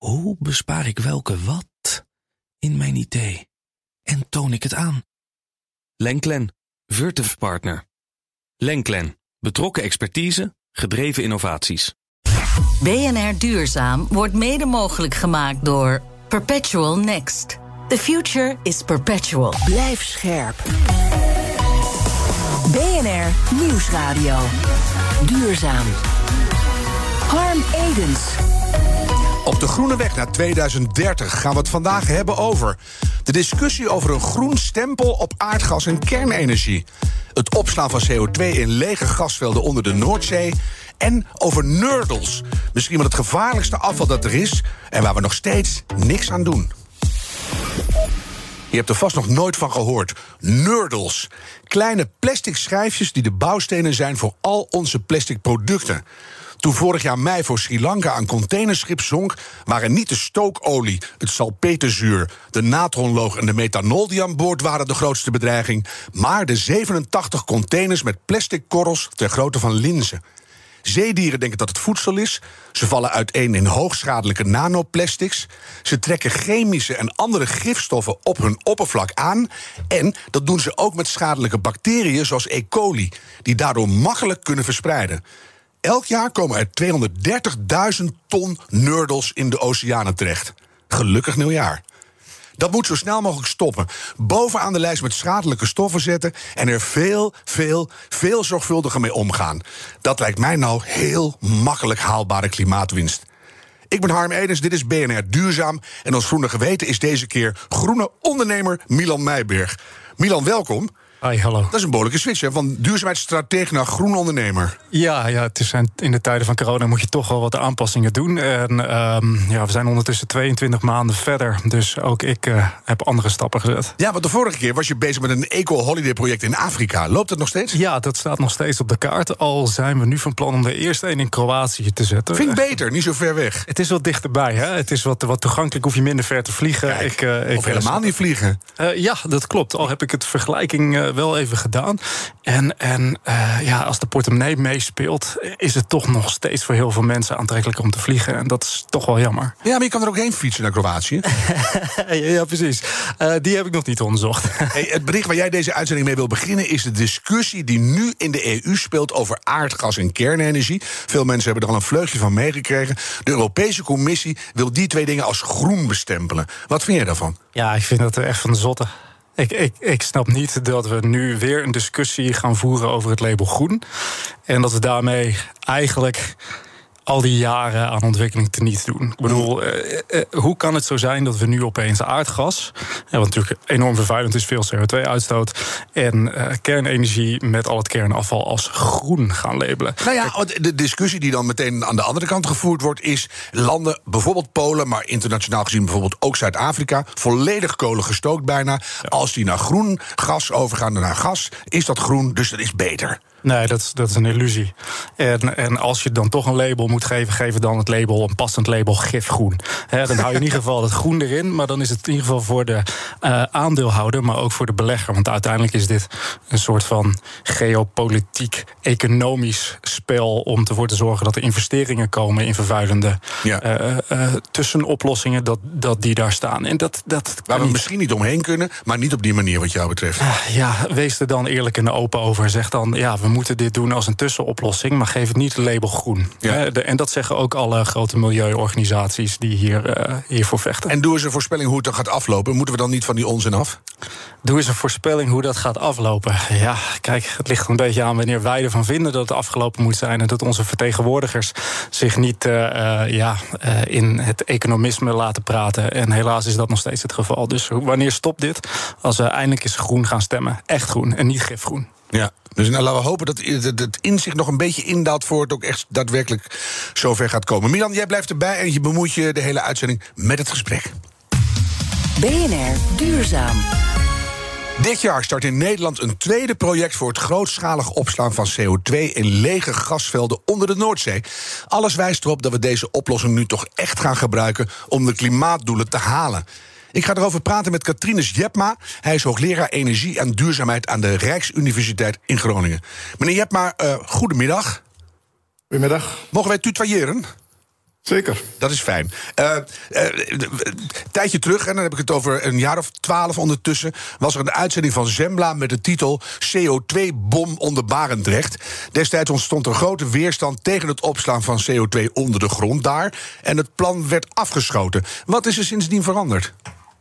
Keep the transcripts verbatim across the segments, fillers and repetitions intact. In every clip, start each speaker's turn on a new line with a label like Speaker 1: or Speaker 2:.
Speaker 1: Hoe bespaar ik welke wat in mijn idee? En toon ik het aan? Lenklen, Virtuf Partner. Lenklen, betrokken expertise, gedreven innovaties.
Speaker 2: B N R Duurzaam wordt mede mogelijk gemaakt door Perpetual Next. The future is perpetual.
Speaker 3: Blijf scherp. B N R Nieuwsradio. Duurzaam. Harm Edens.
Speaker 4: Op de groene weg naar tweeduizend dertig gaan we het vandaag hebben over de discussie over een groen stempel op aardgas en kernenergie, het opslaan van C O twee in lege gasvelden onder de Noordzee en over nurdels, misschien wel het gevaarlijkste afval dat er is en waar we nog steeds niks aan doen. Je hebt er vast nog nooit van gehoord. Nurdels. Kleine plastic schijfjes die de bouwstenen zijn voor al onze plastic producten. Toen vorig jaar mei voor Sri Lanka een containerschip zonk, waren niet de stookolie, het salpeterzuur, de natronloog en de methanol die aan boord waren de grootste bedreiging, maar de zevenentachtig containers met plastic korrels ter grootte van linzen. Zeedieren denken dat het voedsel is. Ze vallen uiteen in hoogschadelijke nanoplastics. Ze trekken chemische en andere gifstoffen op hun oppervlak aan. En dat doen ze ook met schadelijke bacteriën zoals E. coli, die daardoor makkelijk kunnen verspreiden. Elk jaar komen er tweehonderddertigduizend ton nurdels in de oceanen terecht. Gelukkig nieuwjaar. Dat moet zo snel mogelijk stoppen. Bovenaan de lijst met schadelijke stoffen zetten en er veel, veel, veel zorgvuldiger mee omgaan. Dat lijkt mij nou heel makkelijk haalbare klimaatwinst. Ik ben Harm Edens, dit is B N R Duurzaam. En ons groene geweten is deze keer groene ondernemer Milan Meijberg. Milan, welkom.
Speaker 5: Hi, hallo.
Speaker 4: Dat is een behoorlijke switch, hè? Van duurzaamheidsstratege naar groen ondernemer.
Speaker 5: Ja, ja, het is in de tijden van corona moet je toch wel wat aanpassingen doen. En um, ja, we zijn ondertussen tweeëntwintig maanden verder. Dus ook ik uh, heb andere stappen gezet.
Speaker 4: Ja, want de vorige keer was je bezig met een eco-holiday-project in Afrika. Loopt dat nog steeds?
Speaker 5: Ja, dat staat nog steeds op de kaart. Al zijn we nu van plan om de eerste een in Kroatië te zetten.
Speaker 4: Vind ik beter, niet zo ver weg.
Speaker 5: Het is wat dichterbij, hè? Het is wat, wat toegankelijk, hoef je minder ver te vliegen.
Speaker 4: Kijk,
Speaker 5: ik, uh, ik,
Speaker 4: of helemaal niet vliegen.
Speaker 5: Uh, ja, dat klopt. Al heb ik het vergelijking uh, wel even gedaan. En, en uh, ja, als de portemonnee meespeelt, is het toch nog steeds voor heel veel mensen aantrekkelijk om te vliegen. En dat is toch wel jammer.
Speaker 4: Ja, maar je kan er ook heen fietsen naar Kroatië.
Speaker 5: ja, ja, precies. Uh, die heb ik nog niet onderzocht.
Speaker 4: Hey, het bericht waar jij deze uitzending mee wil beginnen is de discussie die nu in de E U speelt over aardgas en kernenergie. Veel mensen hebben er al een vleugje van meegekregen. De Europese Commissie wil die twee dingen als groen bestempelen. Wat vind jij daarvan?
Speaker 5: Ja, ik vind dat echt van de zotte. Ik, ik, ik snap niet dat we nu weer een discussie gaan voeren over het label groen. En dat we daarmee eigenlijk al die jaren aan ontwikkeling teniet doen. Ik bedoel, eh, eh, hoe kan het zo zijn dat we nu opeens aardgas, ja, wat natuurlijk enorm vervuilend is, veel C O twee uitstoot, en eh, kernenergie met al het kernafval als groen gaan labelen?
Speaker 4: Nou ja, de discussie die dan meteen aan de andere kant gevoerd wordt is landen, bijvoorbeeld Polen, maar internationaal gezien bijvoorbeeld ook Zuid-Afrika, volledig kolen gestookt bijna. Ja. Als die naar groen gas overgaan naar gas, is dat groen, dus dat is beter.
Speaker 5: Nee, dat is, dat is een illusie. En, en als je dan toch een label moet geven, geef dan het label, een passend label gifgroen. He, dan hou je in ieder geval het groen erin, maar dan is het in ieder geval voor de uh, aandeelhouder, maar ook voor de belegger. Want uiteindelijk is dit een soort van geopolitiek, economisch spel om ervoor te zorgen dat er investeringen komen in vervuilende ja. uh, uh, tussenoplossingen, dat, dat die daar staan. En dat, dat
Speaker 4: Waar we
Speaker 5: niet.
Speaker 4: misschien niet omheen kunnen, maar niet op die manier wat jou betreft.
Speaker 5: Uh, ja, wees er dan eerlijk en open over. Zeg dan, ja, we moeten dit doen als een tussenoplossing, maar geef het niet het label groen. Ja. De, en dat zeggen ook alle grote milieuorganisaties die hier, uh, hiervoor vechten.
Speaker 4: En doe eens een voorspelling hoe het dan gaat aflopen. Moeten we dan niet van die onzin af?
Speaker 5: Doe eens een voorspelling hoe dat gaat aflopen. Ja, kijk, het ligt een beetje aan wanneer wij ervan vinden dat het afgelopen moet zijn en dat onze vertegenwoordigers zich niet uh, uh, ja, uh, in het economisme laten praten. En helaas is dat nog steeds het geval. Dus wanneer stopt dit? Als we eindelijk eens groen gaan stemmen. Echt groen en niet gifgroen.
Speaker 4: Ja, dus nou, laten we hopen dat het inzicht nog een beetje indaalt voor het ook echt daadwerkelijk zover gaat komen. Milan, jij blijft erbij en je bemoeit je de hele uitzending met het gesprek.
Speaker 3: B N R Duurzaam.
Speaker 4: Dit jaar start in Nederland een tweede project voor het grootschalig opslaan van C O twee in lege gasvelden onder de Noordzee. Alles wijst erop dat we deze oplossing nu toch echt gaan gebruiken om de klimaatdoelen te halen. Ik ga erover praten met Katrines Jepma. Hij is hoogleraar energie en duurzaamheid aan de Rijksuniversiteit in Groningen. Meneer Jepma, uh, goedemiddag.
Speaker 6: Goedemiddag.
Speaker 4: Mogen wij tutoyeren?
Speaker 6: Zeker.
Speaker 4: Dat is fijn. Uh, uh, een tijdje terug, en dan heb ik het over een jaar of twaalf ondertussen, was er een uitzending van Zembla met de titel C O twee bom onder Barendrecht. Destijds ontstond er grote weerstand tegen het opslaan van C O twee onder de grond daar. En het plan werd afgeschoten. Wat is er sindsdien veranderd?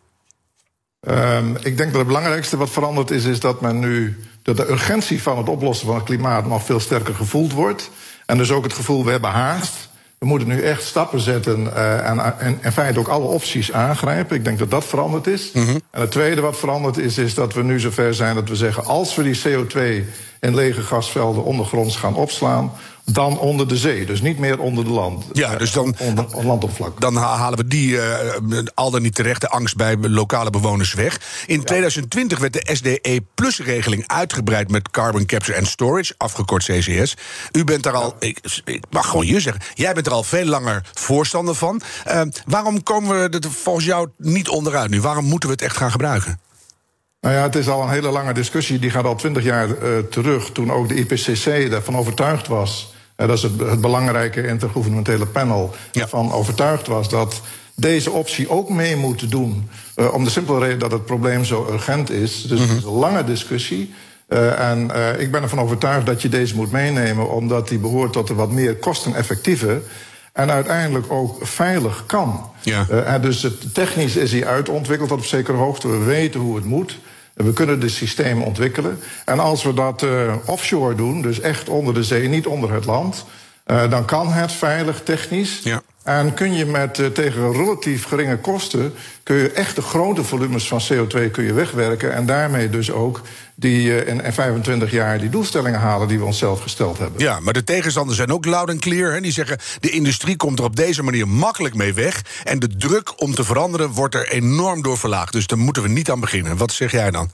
Speaker 6: Um, ik denk dat het belangrijkste wat veranderd is, is dat men nu dat de urgentie van het oplossen van het klimaat nog veel sterker gevoeld wordt. En dus ook het gevoel, we hebben haast. We moeten nu echt stappen zetten uh, en, en in feite ook alle opties aangrijpen. Ik denk dat dat veranderd is. Mm-hmm. En het tweede wat veranderd is, is dat we nu zover zijn dat we zeggen, als we die C O twee in lege gasvelden ondergronds gaan opslaan, dan onder de zee, dus niet meer onder de land.
Speaker 4: Ja, dus dan,
Speaker 6: onder, onder landoppervlak.
Speaker 4: Dan halen we die uh, al dan niet terechte angst bij lokale bewoners weg. In ja. twintig twintig werd de S D E Plus-regeling uitgebreid met Carbon Capture and Storage, afgekort C C S. U bent daar al, ik, ik mag gewoon je zeggen, jij bent er al veel langer voorstander van. Uh, waarom komen we er volgens jou niet onderuit nu? Waarom moeten we het echt gaan gebruiken?
Speaker 6: Nou ja, het is al een hele lange discussie. Die gaat al twintig jaar uh, terug, toen ook de I P C C ervan overtuigd was. Uh, dat is het, het belangrijke intergouvernementele panel. Ja. Ervan overtuigd was dat deze optie ook mee moet doen. Uh, om de simpele reden dat het probleem zo urgent is. Dus mm-hmm. het is een lange discussie. Uh, en uh, ik ben ervan overtuigd dat je deze moet meenemen, omdat die behoort tot de wat meer kosteneffectieve en uiteindelijk ook veilig kan. Ja. Uh, en dus het, technisch is hij uitontwikkeld tot op zekere hoogte. We weten hoe het moet. We kunnen de systemen ontwikkelen. En als we dat uh, offshore doen, dus echt onder de zee, niet onder het land, uh, dan kan het veilig technisch. Ja. En kun je met uh, tegen relatief geringe kosten kun je echt de grote volumes van C O twee kun je wegwerken. En daarmee dus ook die uh, in, in vijfentwintig jaar die doelstellingen halen die we onszelf gesteld hebben.
Speaker 4: Ja, maar de tegenstanders zijn ook loud en clear. Hè? Die zeggen, de industrie komt er op deze manier makkelijk mee weg. En de druk om te veranderen wordt er enorm door verlaagd. Dus daar moeten we niet aan beginnen. Wat zeg jij dan?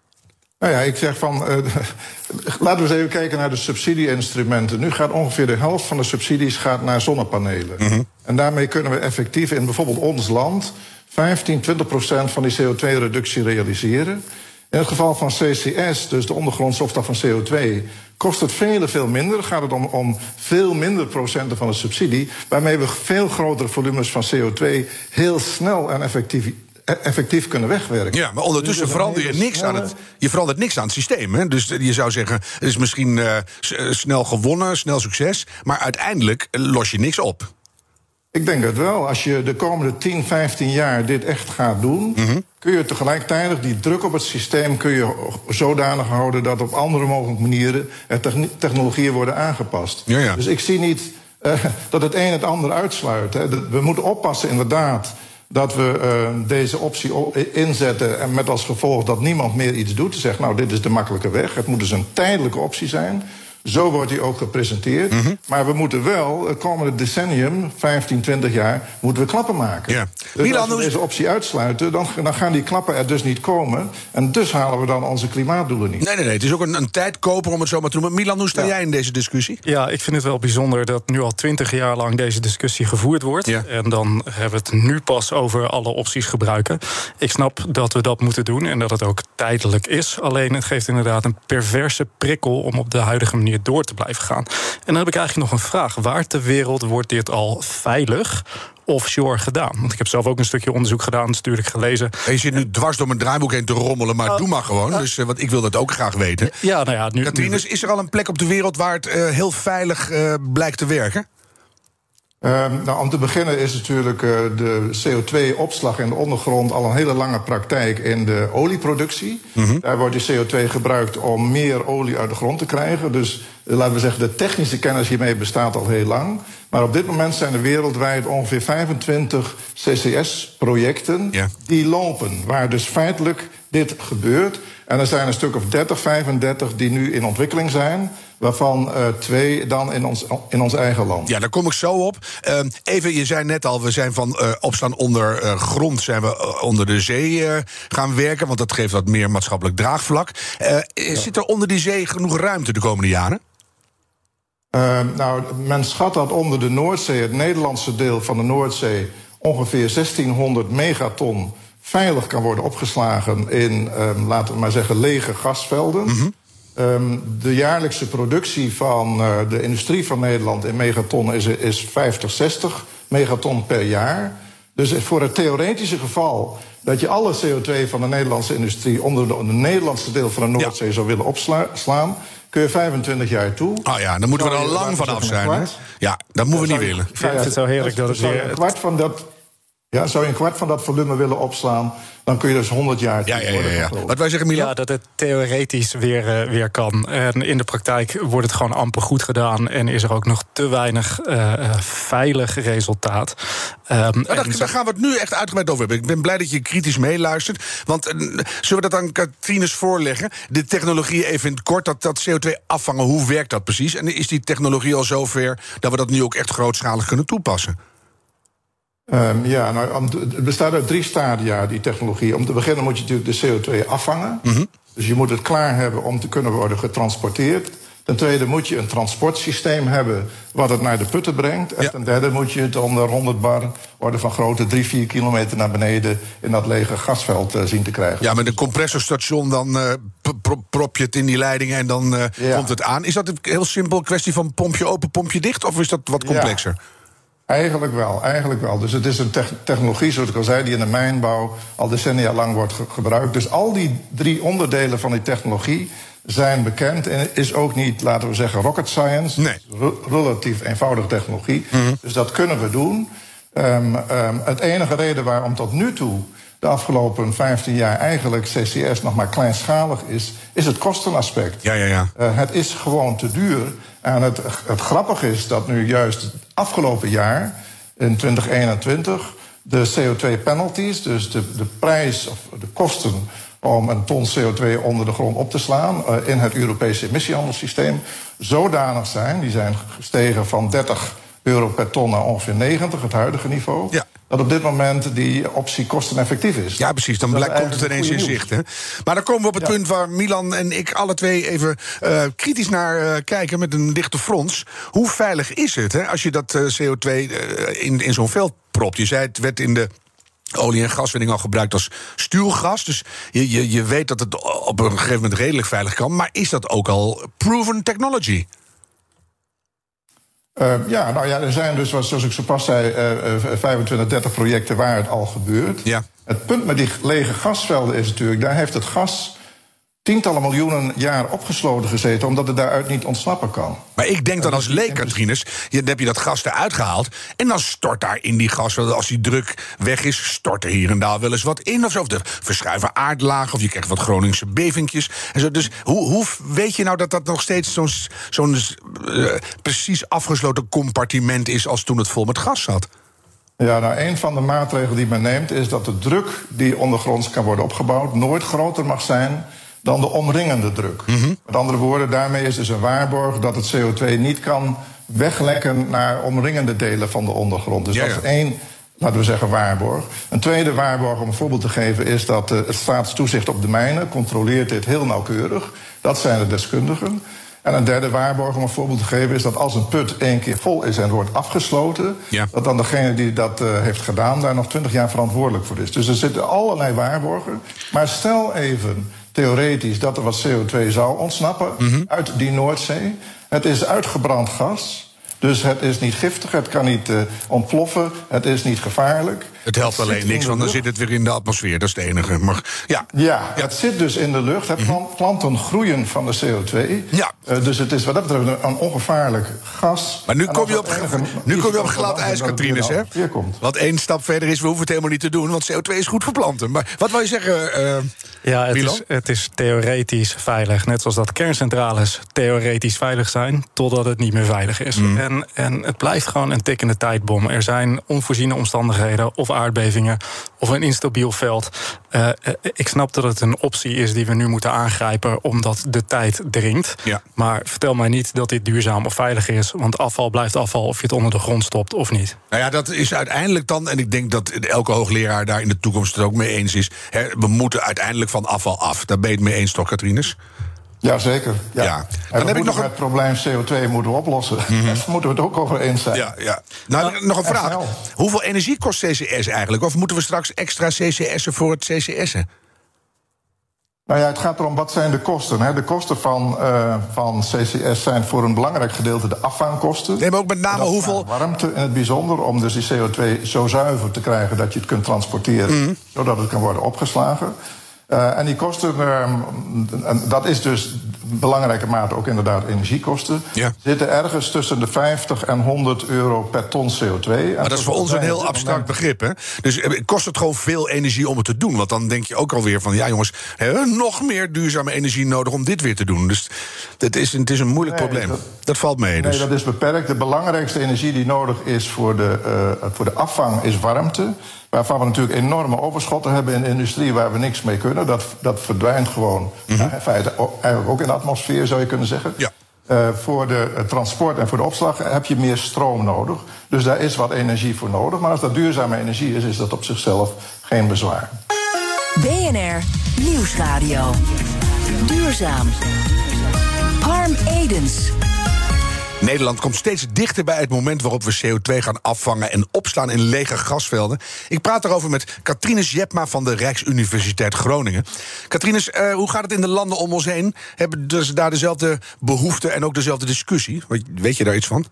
Speaker 6: Nou ja, ik zeg van, uh, laten we eens even kijken naar de subsidie-instrumenten. Nu gaat ongeveer de helft van de subsidies gaat naar zonnepanelen. Mm-hmm. En daarmee kunnen we effectief in bijvoorbeeld ons land vijftien, twintig procent van die C O twee reductie realiseren. In het geval van C C S, dus de ondergrondse opslag van C O twee, kost het veel, veel minder. Gaat het om, om veel minder procenten van de subsidie, waarmee we veel grotere volumes van C O twee heel snel en effectief effectief kunnen wegwerken.
Speaker 4: Ja, maar ondertussen dus verander je niks snelle... aan het. Je verandert niks aan het systeem. Hè? Dus je zou zeggen, het is misschien uh, snel gewonnen, snel succes, maar uiteindelijk los je niks op.
Speaker 6: Ik denk het wel. Als je de komende tien, vijftien jaar dit echt gaat doen, mm-hmm. kun je tegelijkertijd die druk op het systeem kun je zodanig houden dat op andere mogelijke manieren er technologieën worden aangepast. Ja, ja. Dus ik zie niet uh, dat het een het ander uitsluit. Hè. We moeten oppassen inderdaad dat we uh, deze optie inzetten en met als gevolg dat niemand meer iets doet. Te zeggen, nou, dit is de makkelijke weg. Het moet dus een tijdelijke optie zijn. Zo wordt die ook gepresenteerd. Mm-hmm. Maar we moeten wel, het komende decennium, vijftien, twintig jaar, moeten we klappen maken. Ja. Dus Milan, als we deze optie uitsluiten, dan, dan gaan die klappen er dus niet komen. En dus halen we dan onze klimaatdoelen niet.
Speaker 4: Nee, nee, nee. Het is ook een, een tijdkoper om het zo maar te doen. Milan, hoe sta ja. jij in deze discussie?
Speaker 5: Ja, ik vind het wel bijzonder dat nu al twintig jaar lang deze discussie gevoerd wordt. Ja. En dan hebben we het nu pas over alle opties gebruiken. Ik snap dat we dat moeten doen en dat het ook tijdelijk is. Alleen het geeft inderdaad een perverse prikkel om op de huidige manier door te blijven gaan. En dan heb ik eigenlijk nog een vraag. Waar ter wereld wordt dit al veilig offshore gedaan? Want ik heb zelf ook een stukje onderzoek gedaan, natuurlijk gelezen.
Speaker 4: En je zit nu dwars door mijn draaiboek heen te rommelen, maar uh, doe maar gewoon. Uh, dus, uh, want ik wil dat ook graag weten.
Speaker 5: Ja, nou ja, nu,
Speaker 4: Katrines, is er al een plek op de wereld waar het uh, heel veilig uh, blijkt te werken?
Speaker 6: Uh, nou, om te beginnen is natuurlijk uh, de C O twee opslag in de ondergrond al een hele lange praktijk in de olieproductie. Mm-hmm. Daar wordt die C O twee gebruikt om meer olie uit de grond te krijgen. Dus uh, laten we zeggen, de technische kennis hiermee bestaat al heel lang. Maar op dit moment zijn er wereldwijd ongeveer vijfentwintig C C S-projecten yeah. die lopen, waar dus feitelijk dit gebeurt. En er zijn een stuk of dertig, vijfendertig die nu in ontwikkeling zijn, waarvan uh, twee dan in ons, in ons eigen land.
Speaker 4: Ja, daar kom ik zo op. Uh, even, je zei net al, we zijn van uh, opslaan onder uh, grond, zijn we uh, onder de zee uh, gaan werken, want dat geeft wat meer maatschappelijk draagvlak. Uh, ja. Zit er onder die zee genoeg ruimte de komende jaren?
Speaker 6: Uh, nou, men schat dat onder de Noordzee, het Nederlandse deel van de Noordzee, ongeveer zestienhonderd megaton veilig kan worden opgeslagen in, um, laten we maar zeggen, lege gasvelden. Mm-hmm. Um, de jaarlijkse productie van uh, de industrie van Nederland in megatonnen is, is vijftig, zestig megaton per jaar. Dus voor het theoretische geval dat je alle C O twee van de Nederlandse industrie onder de, de Nederlandse deel van de Noordzee ja. zou willen opslaan, kun je vijfentwintig jaar toe.
Speaker 4: Oh ja, dan moeten we er al lang vanaf zijn. Hè? Ja, dat moeten we niet willen.
Speaker 5: Ik vind het zo heerlijk dat het weer...
Speaker 6: Een kwart van dat... Ja, zou je een kwart van dat volume willen opslaan, dan kun je dus honderd jaar...
Speaker 4: Ja, ja, ja, ja. Wat wij zeggen, Milan?
Speaker 5: Ja, dat het theoretisch weer, uh, weer kan. En in de praktijk wordt het gewoon amper goed gedaan en is er ook nog te weinig uh, veilig resultaat. Um,
Speaker 4: nou, daar, daar gaan we het nu echt uitgebreid over hebben. Ik ben blij dat je kritisch meeluistert. Want uh, zullen we dat aan Katrines voorleggen? De technologie, even in het kort, dat, dat C O twee afvangen, hoe werkt dat precies? En is die technologie al zover dat we dat nu ook echt grootschalig kunnen toepassen?
Speaker 6: Um, ja, nou, het bestaat uit drie stadia, die technologie. Om te beginnen moet je natuurlijk de C O twee afvangen. Mm-hmm. Dus je moet het klaar hebben om te kunnen worden getransporteerd. Ten tweede moet je een transportsysteem hebben wat het naar de putten brengt. En ja. ten derde moet je het onder honderd bar, orde van grootte, drie, vier kilometer naar beneden in dat lege gasveld uh, zien te krijgen.
Speaker 4: Ja, met een compressorstation dan uh, pro- prop je het in die leidingen en dan uh, ja. komt het aan. Is dat een heel simpel kwestie van pompje open, pompje dicht? Of is dat wat complexer?
Speaker 6: Ja. Eigenlijk wel, eigenlijk wel. Dus het is een te- technologie, zoals ik al zei, die in de mijnbouw al decennia lang wordt ge- gebruikt. Dus al die drie onderdelen van die technologie zijn bekend. En het is ook niet, laten we zeggen, rocket science.
Speaker 4: Nee.
Speaker 6: Re- relatief eenvoudige technologie. Mm-hmm. Dus dat kunnen we doen. Um, um, het enige reden waarom tot nu toe de afgelopen vijftien jaar eigenlijk C C S nog maar kleinschalig is, is het kostenaspect.
Speaker 4: Ja, ja, ja.
Speaker 6: Uh, het is gewoon te duur. En het, het grappige is dat nu juist het afgelopen jaar, in twintig eenentwintig, de C O twee penalties, dus de, de prijs of de kosten om een ton C O twee onder de grond op te slaan uh, in het Europese emissiehandelssysteem, zodanig zijn, die zijn gestegen van dertig euro per ton naar ongeveer negentig, het huidige niveau. Ja. Dat op dit moment die optie kosteneffectief is.
Speaker 4: Ja, precies, dan blijkt, komt het ineens in zicht. Hè? Maar dan komen we op het ja. punt waar Milan en ik alle twee even uh, kritisch naar uh, kijken met een dichte frons. Hoe veilig is het, hè, als je dat uh, C O twee uh, in, in zo'n veld propt? Je zei, het werd in de olie- en gaswinning al gebruikt als stuwgas. Dus je, je, je weet dat het op een gegeven moment redelijk veilig kan. Maar is dat ook al proven technology?
Speaker 6: Uh, ja, nou ja, er zijn dus, zoals ik zo pas zei, uh, vijfentwintig, dertig projecten waar het al gebeurt. Ja. Het punt met die lege gasvelden is natuurlijk, daar heeft het gas tientallen miljoenen jaar opgesloten gezeten, omdat het daaruit niet ontsnappen kan.
Speaker 4: Maar ik denk dan als leek, Katrines, dan heb je dat gas eruit gehaald en dan stort daar in die gasvelden, als die druk weg is, stort er hier en daar wel eens wat in of zo. Of de verschuiven aardlagen, of je krijgt wat Groningse bevingjes en zo. Dus hoe, hoe weet je nou dat dat nog steeds zo'n, zo'n uh, precies afgesloten compartiment is als toen het vol met gas zat?
Speaker 6: Ja, nou, een van de maatregelen die men neemt is dat de druk die ondergronds kan worden opgebouwd nooit groter mag zijn dan de omringende druk. Mm-hmm. Met andere woorden, daarmee is dus een waarborg dat het C O twee niet kan weglekken naar omringende delen van de ondergrond. Dus ja, dat is ja. één, laten we zeggen, waarborg. Een tweede waarborg, om een voorbeeld te geven, is dat uh, het staatstoezicht op de mijnen controleert dit heel nauwkeurig. Dat zijn de deskundigen. En een derde waarborg, om een voorbeeld te geven, is dat als een put één keer vol is en wordt afgesloten, ja. dat dan degene die dat uh, heeft gedaan daar nog twintig jaar verantwoordelijk voor is. Dus er zitten allerlei waarborgen. Maar stel even, theoretisch, dat er wat C O twee zou ontsnappen mm-hmm. uit die Noordzee. Het is uitgebrand gas. Dus het is niet giftig, het kan niet uh, ontploffen, het is niet gevaarlijk.
Speaker 4: Het helpt het alleen niks, want dan zit het weer in de atmosfeer, dat is het enige. Maar, ja.
Speaker 6: Ja, ja, het zit dus in de lucht. Het mm-hmm. planten groeien van de C O twee. Ja. Uh, dus het is wat dat betreft een ongevaarlijk gas.
Speaker 4: Maar nu kom je op, nu kom je op glad ijs, Katrines, hè?
Speaker 6: Hier komt.
Speaker 4: Want één stap verder is, we hoeven het helemaal niet te doen, want C O twee is goed verplanten. Maar wat wil je zeggen, uh,
Speaker 5: Ja, het is, het is theoretisch veilig. Net zoals dat kerncentrales theoretisch veilig zijn, totdat het niet meer veilig is. Mm. En, en het blijft gewoon een tikkende tijdbom. Er zijn onvoorziene omstandigheden, of aardbevingen, of een instabiel veld. Uh, ik snap dat het een optie is die we nu moeten aangrijpen, omdat de tijd dringt. Ja. Maar vertel mij niet dat dit duurzaam of veilig is, want afval blijft afval, of je het onder de grond stopt of niet.
Speaker 4: Nou ja, dat is uiteindelijk dan, en ik denk dat elke hoogleraar daar in de toekomst het ook mee eens is, hè, we moeten uiteindelijk van afval af. Daar ben je het mee eens, toch, Katrines?
Speaker 6: Jazeker. Ja. Ja. Dan heb ik nog een... het probleem C O twee moeten we oplossen. Mm-hmm. Daar moeten we het ook over eens zijn.
Speaker 4: Ja, ja. Nou, ja, nog een vraag. Snel. Hoeveel energie kost C C S eigenlijk? Of moeten we straks extra C C S'en voor het C C S'en?
Speaker 6: Nou ja, het gaat erom, wat zijn de kosten? Hè? De kosten van, uh, van C C S zijn voor een belangrijk gedeelte de afvangkosten.
Speaker 4: Nee, maar ook met name hoeveel...
Speaker 6: warmte in het bijzonder, om dus die C O twee zo zuiver te krijgen dat je het kunt transporteren, mm. zodat het kan worden opgeslagen. Uh, en die kosten, uh, dat is dus in belangrijke mate ook inderdaad energiekosten,
Speaker 4: ja.
Speaker 6: zitten ergens tussen de vijftig en honderd euro per ton C O twee.
Speaker 4: Maar dat is voor ons een heel abstract begrip, hè? Dus kost het gewoon veel energie om het te doen? Want dan denk je ook alweer van, ja jongens, hebben we nog meer duurzame energie nodig om dit weer te doen? Dus het is, het is een moeilijk nee, probleem. Dat, dat valt mee. Dus.
Speaker 6: Nee, dat is beperkt. De belangrijkste energie die nodig is voor de, uh, voor de afvang is warmte. Waarvan we natuurlijk enorme overschotten hebben in de industrie waar we niks mee kunnen. Dat, dat verdwijnt gewoon. Mm-hmm. In feite eigenlijk ook in de atmosfeer, zou je kunnen zeggen.
Speaker 4: Ja.
Speaker 6: Uh, voor de uh, transport en voor de opslag heb je meer stroom nodig. Dus daar is wat energie voor nodig. Maar als dat duurzame energie is, is dat op zichzelf geen bezwaar.
Speaker 3: B N R Nieuwsradio. Duurzaam. Harm Edens.
Speaker 4: Nederland komt steeds dichter bij het moment waarop we C O twee gaan afvangen en opslaan in lege gasvelden. Ik praat daarover met Katrines Jepma van de Rijksuniversiteit Groningen. Katrines, uh, hoe gaat het in de landen om ons heen? Hebben ze daar dezelfde behoeften en ook dezelfde discussie? Weet je daar iets van?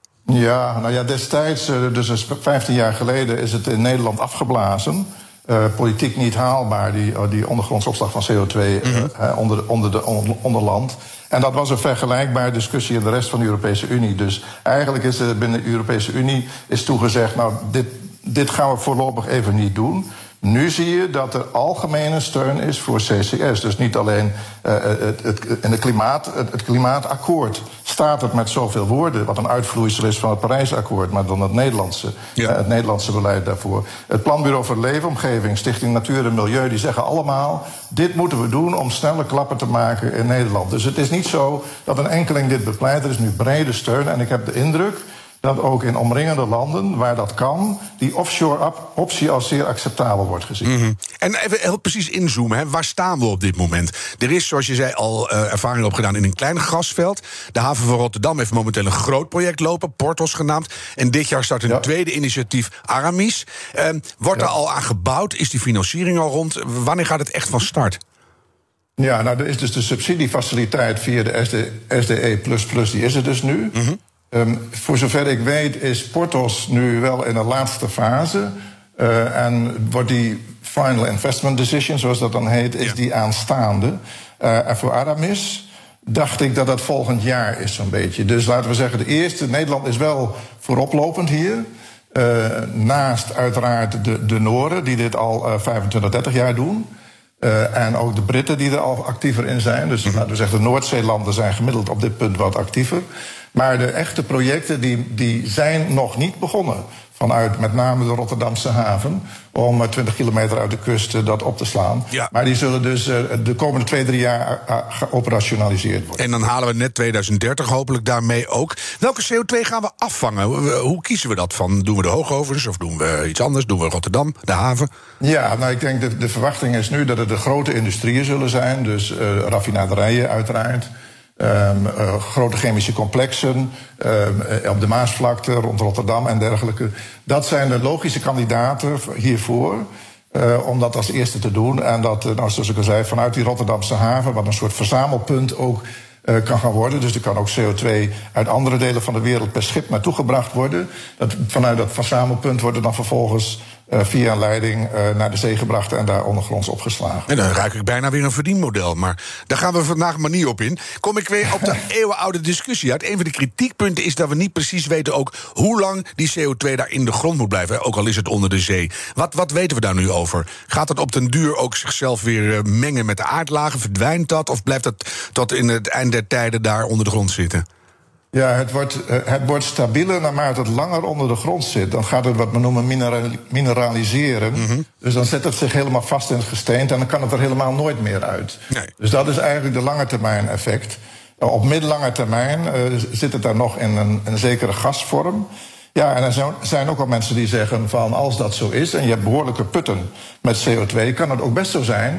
Speaker 6: Ja, nou ja, destijds, dus vijftien jaar geleden, is het in Nederland afgeblazen. Uh, politiek niet haalbaar, die, die ondergrondse opslag van C O twee mm-hmm. uh, onder, onder, de, onder, onder land. En dat was een vergelijkbare discussie in de rest van de Europese Unie. Dus eigenlijk is er binnen de Europese Unie is toegezegd, nou, dit, dit gaan we voorlopig even niet doen. Nu zie je dat er algemene steun is voor C C S. Dus niet alleen uh, het, het, in de klimaat, het, het klimaatakkoord staat het met zoveel woorden, wat een uitvloeisel is van het Parijsakkoord, maar dan het Nederlandse, ja. uh, het Nederlandse beleid daarvoor. Het Planbureau voor Leefomgeving, Stichting Natuur en Milieu, die zeggen allemaal, dit moeten we doen om snelle klappen te maken in Nederland. Dus het is niet zo dat een enkeling dit bepleit. Er is nu brede steun en ik heb de indruk dat ook in omringende landen, waar dat kan, die offshore optie als zeer acceptabel wordt gezien.
Speaker 4: Mm-hmm. En even heel precies inzoomen, hè. Waar staan we op dit moment? Er is, zoals je zei, al uh, ervaring opgedaan in een klein gasveld. De haven van Rotterdam heeft momenteel een groot project lopen, Porthos genaamd. En dit jaar start een ja. tweede initiatief, Aramis. Uh, wordt ja. er al aan gebouwd? Is die financiering al rond? Wanneer gaat het echt van start?
Speaker 6: Ja, nou, er is dus de subsidiefaciliteit via de S D E plus plus, die is er dus nu. Mm-hmm. Um, voor zover ik weet is Porthos nu wel in de laatste fase. Uh, en wordt die final investment decision, zoals dat dan heet, is ja. die aanstaande. Uh, en voor Aramis dacht ik dat dat volgend jaar is zo'n beetje. Dus laten we zeggen, de eerste, Nederland is wel vooroplopend hier. Uh, naast uiteraard de, de Noren, die dit al uh, vijfentwintig, dertig jaar doen. Uh, en ook de Britten die er al actiever in zijn. Dus mm-hmm. laten we zeggen, de Noordzeelanden zijn gemiddeld op dit punt wat actiever. Maar de echte projecten die, die zijn nog niet begonnen. Vanuit met name de Rotterdamse haven. Om twintig kilometer uit de kust dat op te slaan. Ja. Maar die zullen dus uh, de komende twee, drie jaar uh, geoperationaliseerd worden.
Speaker 4: En dan halen we net twintig dertig hopelijk daarmee ook. Welke C O twee gaan we afvangen? Hoe kiezen we dat van? Doen we de hoogovens of doen we iets anders? Doen we Rotterdam, de haven?
Speaker 6: Ja, nou ik denk dat de verwachting is nu dat het de grote industrieën zullen zijn. Dus uh, raffinaderijen uiteraard. Um, uh, grote chemische complexen, um, uh, op de Maasvlakte, rond Rotterdam en dergelijke. Dat zijn de logische kandidaten hiervoor, uh, om dat als eerste te doen. En dat, uh, nou, zoals ik al zei, vanuit die Rotterdamse haven, wat een soort verzamelpunt ook uh, kan gaan worden. Dus er kan ook C O twee uit andere delen van de wereld per schip naartoe gebracht worden. Dat, vanuit dat verzamelpunt wordt er dan vervolgens Uh, via een leiding uh, naar de zee gebracht en daar ondergronds opgeslagen.
Speaker 4: En dan ruik ik bijna weer een verdienmodel. Maar daar gaan we vandaag maar niet op in. Kom ik weer op de eeuwenoude discussie uit. Een van de kritiekpunten is dat we niet precies weten ook hoe lang die C O twee daar in de grond moet blijven. Ook al is het onder de zee. Wat, wat weten we daar nu over? Gaat het op den duur ook zichzelf weer uh, mengen met de aardlagen? Verdwijnt dat? Of blijft dat tot in het eind der tijden daar onder de grond zitten?
Speaker 6: Ja, het wordt, het wordt stabieler naarmate het langer onder de grond zit. Dan gaat het wat we noemen mineraliseren. Mm-hmm. Dus dan zet het zich helemaal vast in het gesteente en dan kan het er helemaal nooit meer uit. Nee. Dus dat is eigenlijk de lange termijn effect. Op middellange termijn uh, zit het daar nog in een, een zekere gasvorm. Ja, en er zijn ook wel mensen die zeggen van als dat zo is en je hebt behoorlijke putten met C O twee, kan het ook best zo zijn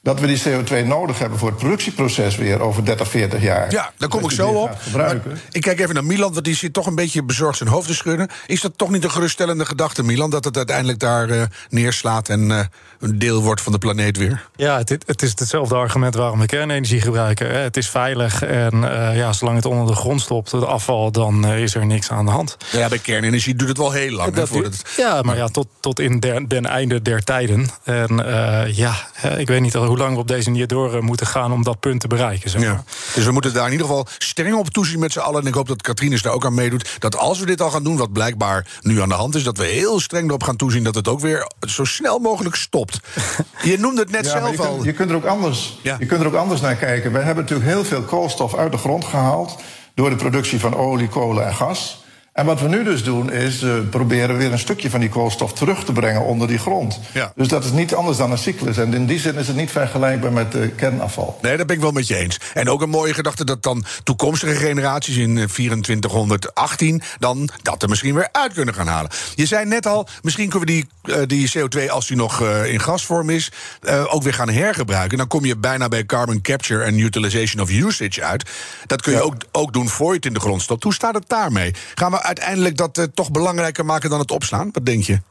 Speaker 6: dat we die C O twee nodig hebben voor het productieproces weer over dertig, veertig jaar.
Speaker 4: Ja, daar kom ik zo op. Ik kijk even naar Milan, want die zit toch een beetje bezorgd zijn hoofd te schudden. Is dat toch niet een geruststellende gedachte, Milan, dat het uiteindelijk daar uh, neerslaat en uh, een deel wordt van de planeet weer?
Speaker 5: Ja, het, het is hetzelfde argument waarom we kernenergie gebruiken. Hè. Het is veilig en uh, ja, zolang het onder de grond stopt, het afval, dan uh, is er niks aan de hand.
Speaker 4: Ja, bij kernenergie duurt het wel heel lang.
Speaker 5: Dat
Speaker 4: hè, voordat het...
Speaker 5: Ja, maar ja, tot, tot in der, den einde der tijden. En uh, ja, ik weet niet hoe lang we op deze manier door uh, moeten gaan om dat punt te bereiken. Zeg maar.
Speaker 4: Ja. Dus we moeten daar in ieder geval streng op toezien met z'n allen. En ik hoop dat Katrines daar ook aan meedoet. Dat als we dit al gaan doen, wat blijkbaar nu aan de hand is, dat we heel streng erop gaan toezien dat het ook weer zo snel mogelijk stopt. Je noemde het net
Speaker 6: ja,
Speaker 4: zelf
Speaker 6: je
Speaker 4: al.
Speaker 6: Kunt, je, kunt er ook anders,
Speaker 4: ja.
Speaker 6: je kunt er ook anders naar kijken. We hebben natuurlijk heel veel koolstof uit de grond gehaald door de productie van olie, kolen en gas. En wat we nu dus doen, is uh, proberen weer een stukje van die koolstof terug te brengen onder die grond. Ja. Dus dat is niet anders dan een cyclus. En in die zin is het niet vergelijkbaar met uh, kernafval.
Speaker 4: Nee, dat ben ik wel met je eens. En ook een mooie gedachte dat dan toekomstige generaties in vierentwintighonderdachttien... dan dat er misschien weer uit kunnen gaan halen. Je zei net al, misschien kunnen we die, uh, die C O twee, als die nog uh, in gasvorm is, uh, ook weer gaan hergebruiken. Dan kom je bijna bij carbon capture and utilization of usage uit. Dat kun je ja. ook, ook doen voor je het in de grond stopt. Hoe staat het daarmee? Gaan we uiteindelijk dat uh, toch belangrijker maken dan het opslaan? Wat denk je?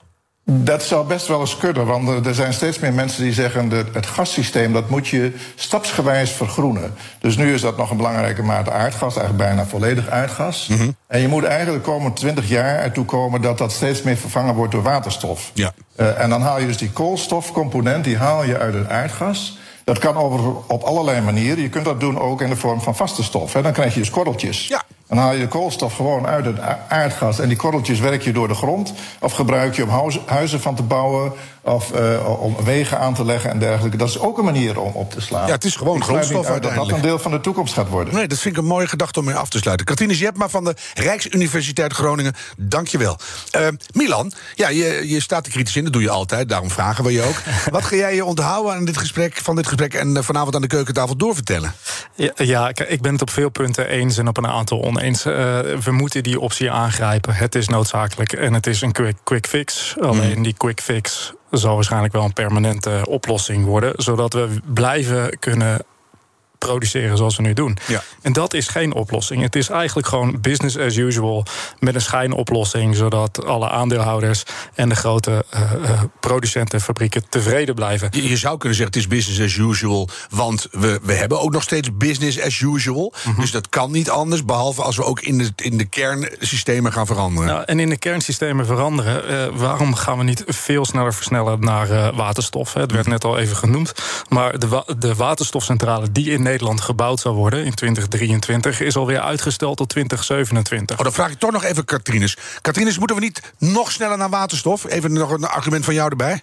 Speaker 6: Dat zou best wel eens kunnen, want er zijn steeds meer mensen die zeggen dat het gassysteem, dat moet je stapsgewijs vergroenen. Dus nu is dat nog een belangrijke mate aardgas, eigenlijk bijna volledig aardgas. Mm-hmm. En je moet eigenlijk de komende twintig jaar ertoe komen dat dat steeds meer vervangen wordt door waterstof. Ja. Uh, en dan haal je dus die koolstofcomponent, die haal je uit het aardgas. Dat kan over, op allerlei manieren. Je kunt dat doen ook in de vorm van vaste stof. Hè. Dan krijg je dus korreltjes. Ja. Dan haal je de koolstof gewoon uit het aardgas. En die korreltjes werk je door de grond. Of gebruik je om huizen van te bouwen. Of uh, om wegen aan te leggen en dergelijke. Dat is ook een manier om op te slaan.
Speaker 4: Ja, het is gewoon grondstof uiteindelijk.
Speaker 6: Dat dat een deel van de toekomst gaat worden.
Speaker 4: Nee, dat vind ik een mooie gedachte om mee af te sluiten. Katrines Jepma van de Rijksuniversiteit Groningen, dank je wel. Uh, Milan, ja, je, je staat er kritisch in, dat doe je altijd. Daarom vragen we je ook. Wat ga jij je onthouden aan dit gesprek, van dit gesprek en uh, vanavond aan de keukentafel doorvertellen?
Speaker 5: Ja, ja, ik ben het op veel punten eens en op een aantal oneens. Uh, we moeten die optie aangrijpen. Het is noodzakelijk en het is een quick, quick fix. Alleen mm. die quick fix zal waarschijnlijk wel een permanente oplossing worden, zodat we blijven kunnen produceren zoals we nu doen. Ja. En dat is geen oplossing. Het is eigenlijk gewoon business as usual met een schijnoplossing, zodat alle aandeelhouders en de grote uh, uh, producentenfabrieken tevreden blijven.
Speaker 4: Je, je zou kunnen zeggen, het is business as usual, want we, we hebben ook nog steeds business as usual. Mm-hmm. Dus dat kan niet anders, behalve als we ook in de, in de kernsystemen gaan veranderen.
Speaker 5: Nou, en in de kernsystemen veranderen, uh, waarom gaan we niet veel sneller versnellen naar uh, waterstof? Hè? Het werd net al even genoemd. Maar de, wa- de waterstofcentrale die in Nederland gebouwd zou worden in twintig drieëntwintig is alweer uitgesteld tot twintig zevenentwintig.
Speaker 4: Oh, dan vraag ik toch nog even Katrines. Katrines, moeten we niet nog sneller naar waterstof? Even nog een argument van jou erbij.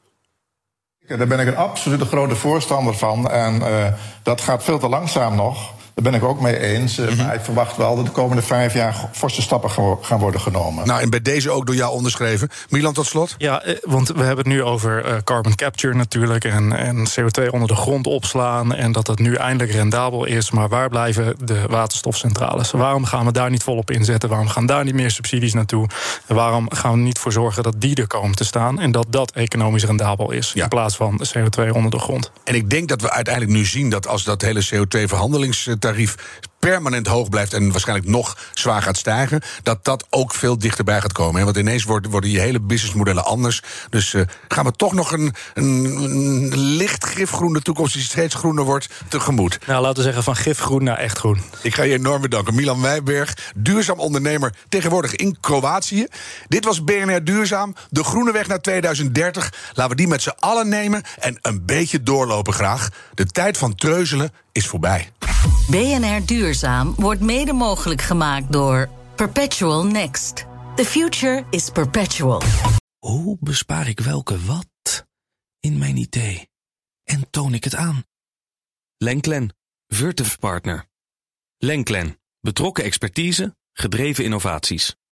Speaker 6: Daar ben ik een absolute grote voorstander van. En uh, dat gaat veel te langzaam nog. Daar ben ik ook mee eens. Mm-hmm. Maar ik verwacht wel dat de komende vijf jaar forse stappen gaan worden genomen.
Speaker 4: Nou, en bij deze ook door jou onderschreven. Milan, tot slot.
Speaker 5: Ja, want we hebben het nu over uh, carbon capture natuurlijk en, en C O twee onder de grond opslaan en dat het nu eindelijk rendabel is. Maar waar blijven de waterstofcentrales? Waarom gaan we daar niet volop inzetten? Waarom gaan daar niet meer subsidies naartoe? En waarom gaan we niet voor zorgen dat die er komen te staan en dat dat economisch rendabel is, ja, in plaats van C O twee onder de grond?
Speaker 4: En ik denk dat we uiteindelijk nu zien dat als dat hele C O twee verhandelingstarief permanent hoog blijft en waarschijnlijk nog zwaar gaat stijgen, dat dat ook veel dichterbij gaat komen. Want ineens worden, worden je hele businessmodellen anders. Dus uh, gaan we toch nog een, een, een licht gifgroene toekomst die steeds groener wordt tegemoet.
Speaker 5: Nou, laten we zeggen van gifgroen naar echt groen.
Speaker 4: Ik ga je enorm bedanken. Milan Wijberg, duurzaam ondernemer, tegenwoordig in Kroatië. Dit was B N R Duurzaam, de groene weg naar tweeduizend dertig. Laten we die met z'n allen nemen en een beetje doorlopen graag. De tijd van treuzelen is voorbij.
Speaker 2: B N R Duurzaam wordt mede mogelijk gemaakt door Perpetual Next. The future is perpetual.
Speaker 1: Hoe bespaar ik welke wat in mijn idee? En toon ik het aan? Lenklen, Virtuf Partner. Lenklen, betrokken expertise, gedreven innovaties.